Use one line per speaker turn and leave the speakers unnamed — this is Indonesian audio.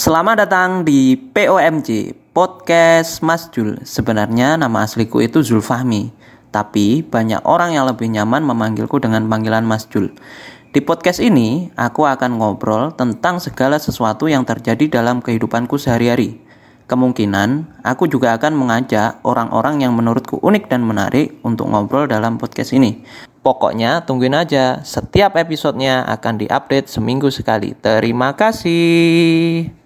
Selamat datang di POMJ, Podcast Mas Jul. Sebenarnya nama asliku itu Zulfahmi, tapi banyak orang yang lebih nyaman memanggilku dengan panggilan Mas Jul. Di podcast ini, aku akan ngobrol tentang segala sesuatu yang terjadi dalam kehidupanku sehari-hari. Kemungkinan, aku juga akan mengajak orang-orang yang menurutku unik dan menarik untuk ngobrol dalam podcast ini. Pokoknya tungguin aja, setiap episodenya akan diupdate seminggu sekali. Terima kasih.